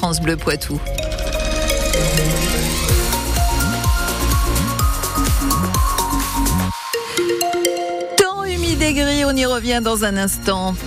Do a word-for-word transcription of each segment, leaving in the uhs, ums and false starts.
France Bleu Poitou. Temps humide et gris, on y revient dans un instant.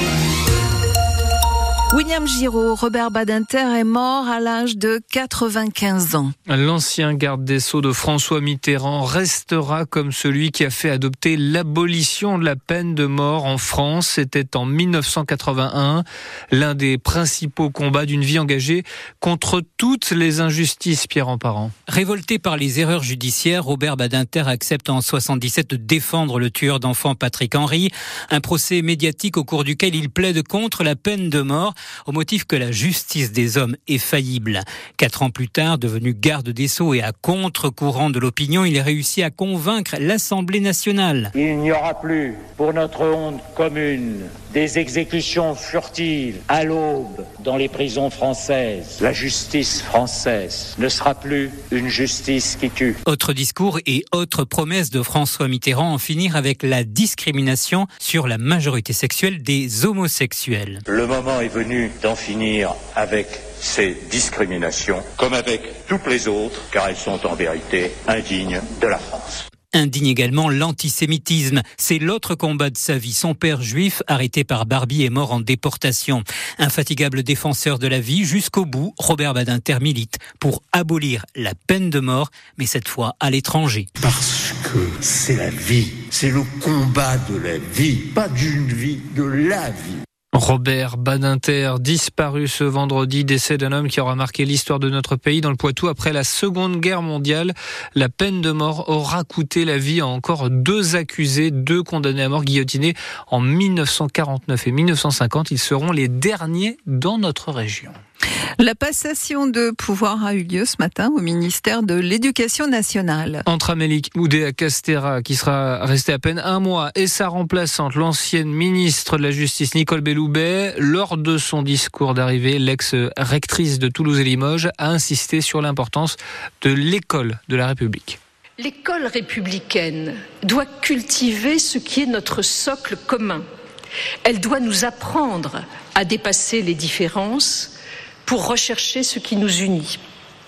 William Giraud, Robert Badinter est mort à l'âge de quatre-vingt-quinze ans. L'ancien garde des Sceaux de François Mitterrand restera comme celui qui a fait adopter l'abolition de la peine de mort en France. C'était en mille neuf cent quatre-vingt-un, l'un des principaux combats d'une vie engagée contre toutes les injustices, Pierre Emparent. Révolté par les erreurs judiciaires, Robert Badinter accepte en soixante-dix-sept de défendre le tueur d'enfants Patrick Henry. Un procès médiatique au cours duquel il plaide contre la peine de mort, au motif que la justice des hommes est faillible. Quatre ans plus tard, devenu garde des Sceaux et à contre-courant de l'opinion, il réussit à convaincre l'Assemblée nationale. Il n'y aura plus, pour notre honte commune, des exécutions furtives à l'aube dans les prisons françaises. La justice française ne sera plus une justice qui tue. Autre discours et autre promesse de François Mitterrand, en finir avec la discrimination sur la majorité sexuelle des homosexuels. Le moment est venu d'en finir avec ces discriminations, comme avec toutes les autres, car elles sont en vérité indignes de la France. Indigne également l'antisémitisme. C'est l'autre combat de sa vie. Son père juif, arrêté par Barbie, est mort en déportation. Infatigable défenseur de la vie, jusqu'au bout, Robert Badinter milite pour abolir la peine de mort, mais cette fois à l'étranger. Parce que c'est la vie, c'est le combat de la vie, pas d'une vie, de la vie. Robert Badinter, disparu ce vendredi, décès d'un homme qui aura marqué l'histoire de notre pays dans le Poitou après la Seconde Guerre mondiale. La peine de mort aura coûté la vie à encore deux accusés, deux condamnés à mort guillotinés en mille neuf cent quarante-neuf et mille neuf cent cinquante. Ils seront les derniers dans notre région. La passation de pouvoir a eu lieu ce matin au ministère de l'Éducation nationale. Entre Amélie Oudéa-Castéra, qui sera restée à peine un mois, et sa remplaçante, l'ancienne ministre de la Justice, Nicole Belloubet, lors de son discours d'arrivée, l'ex-rectrice de Toulouse et Limoges a insisté sur l'importance de l'école de la République. L'école républicaine doit cultiver ce qui est notre socle commun. Elle doit nous apprendre à dépasser les différences pour rechercher ce qui nous unit.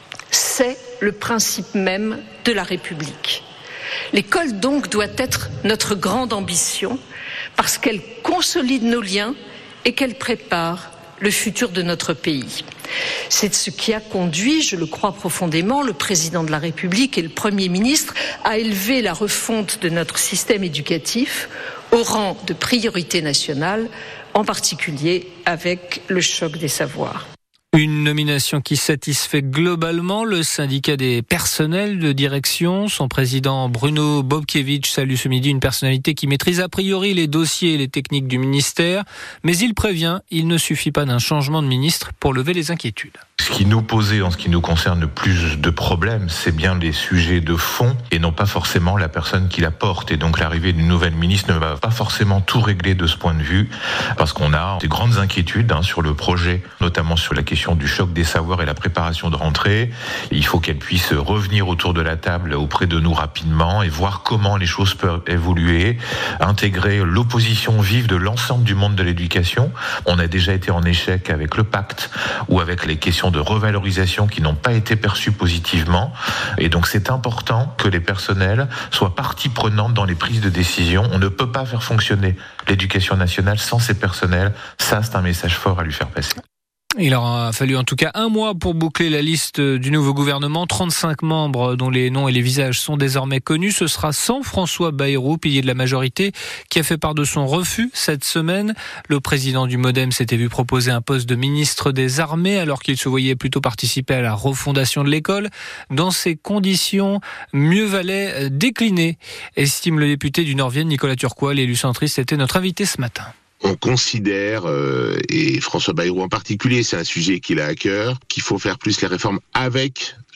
C'est le principe même de la République. L'école donc doit être notre grande ambition parce qu'elle consolide nos liens et qu'elle prépare le futur de notre pays. C'est ce qui a conduit, je le crois profondément, le président de la République et le Premier ministre à élever la refonte de notre système éducatif au rang de priorité nationale, en particulier avec le choc des savoirs. Une nomination qui satisfait globalement le syndicat des personnels de direction. Son président Bruno Bobkiewicz salue ce midi une personnalité qui maîtrise a priori les dossiers et les techniques du ministère. Mais il prévient, il ne suffit pas d'un changement de ministre pour lever les inquiétudes. Ce qui nous posait, en ce qui nous concerne, le plus de problèmes, c'est bien les sujets de fond et non pas forcément la personne qui la porte. Et donc l'arrivée d'une nouvelle ministre ne va pas forcément tout régler de ce point de vue, parce qu'on a des grandes inquiétudes hein, sur le projet, notamment sur la question du choc des savoirs et la préparation de rentrée. Il faut qu'elle puisse revenir autour de la table auprès de nous rapidement et voir comment les choses peuvent évoluer, intégrer l'opposition vive de l'ensemble du monde de l'éducation. On a déjà été en échec avec le pacte ou avec les questions de revalorisation qui n'ont pas été perçues positivement. Et donc c'est important que les personnels soient partie prenante dans les prises de décision. On ne peut pas faire fonctionner l'éducation nationale sans ces personnels. Ça, c'est un message fort à lui faire passer. Il aura fallu en tout cas un mois pour boucler la liste du nouveau gouvernement. trente-cinq membres dont les noms et les visages sont désormais connus. Ce sera sans François Bayrou, pilier de la majorité, qui a fait part de son refus cette semaine. Le président du Modem s'était vu proposer un poste de ministre des Armées alors qu'il se voyait plutôt participer à la refondation de l'école. Dans ces conditions, mieux valait décliner, estime le député du Nord-Vienne, Nicolas Turquois. L'élu centriste était notre invité ce matin. On considère, euh, et François Bayrou en particulier, c'est un sujet qu'il a à cœur, qu'il faut faire plus les réformes avec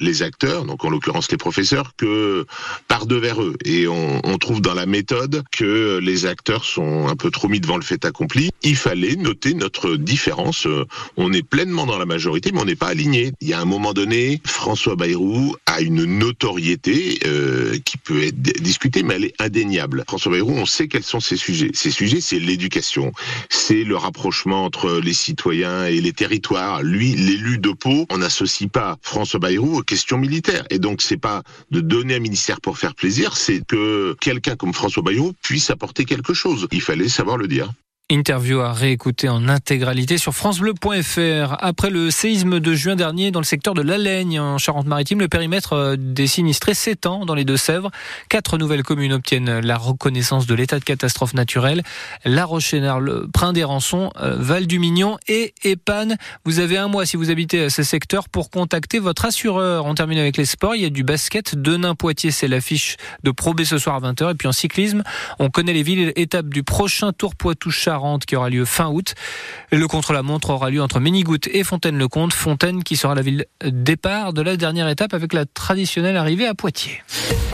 les acteurs, donc en l'occurrence les professeurs, que par devers eux. Et on, on trouve dans la méthode que les acteurs sont un peu trop mis devant le fait accompli. Il fallait noter notre différence. On est pleinement dans la majorité, mais on n'est pas aligné. Il y a un moment donné, François Bayrou a une notoriété euh, qui peut être discutée, mais elle est indéniable. François Bayrou, on sait quels sont ses sujets. Ses sujets, c'est l'éducation, c'est le rapprochement entre les citoyens et les territoires. Lui, l'élu de Pau, on n'associe pas François Bayrou aux questions militaires. Et donc, c'est pas de donner un ministère pour faire plaisir, c'est que quelqu'un comme François Bayrou puisse apporter quelque chose. Il fallait savoir le dire. Interview à réécouter en intégralité sur francebleu point f r. Après le séisme de juin dernier dans le secteur de l'Alaigne en Charente-Maritime, le périmètre des sinistrés s'étend dans les Deux-Sèvres. Quatre nouvelles communes obtiennent la reconnaissance de l'état de catastrophe naturelle. La Roche-Sénard, Prin-des-Rançons, Val-du-Mignon et Épanne. Vous avez un mois si vous habitez ces secteurs pour contacter votre assureur. On termine avec les sports. Il y a du basket. Denain-Poitiers, c'est l'affiche de Pro B ce soir à vingt heures. Et puis en cyclisme, on connaît les villes étapes du prochain Tour Poitou-Charentes qui aura lieu fin août. Le contre-la-montre aura lieu entre Ménigoutte et Fontaine-le-Comte. Fontaine qui sera la ville départ de la dernière étape avec la traditionnelle arrivée à Poitiers.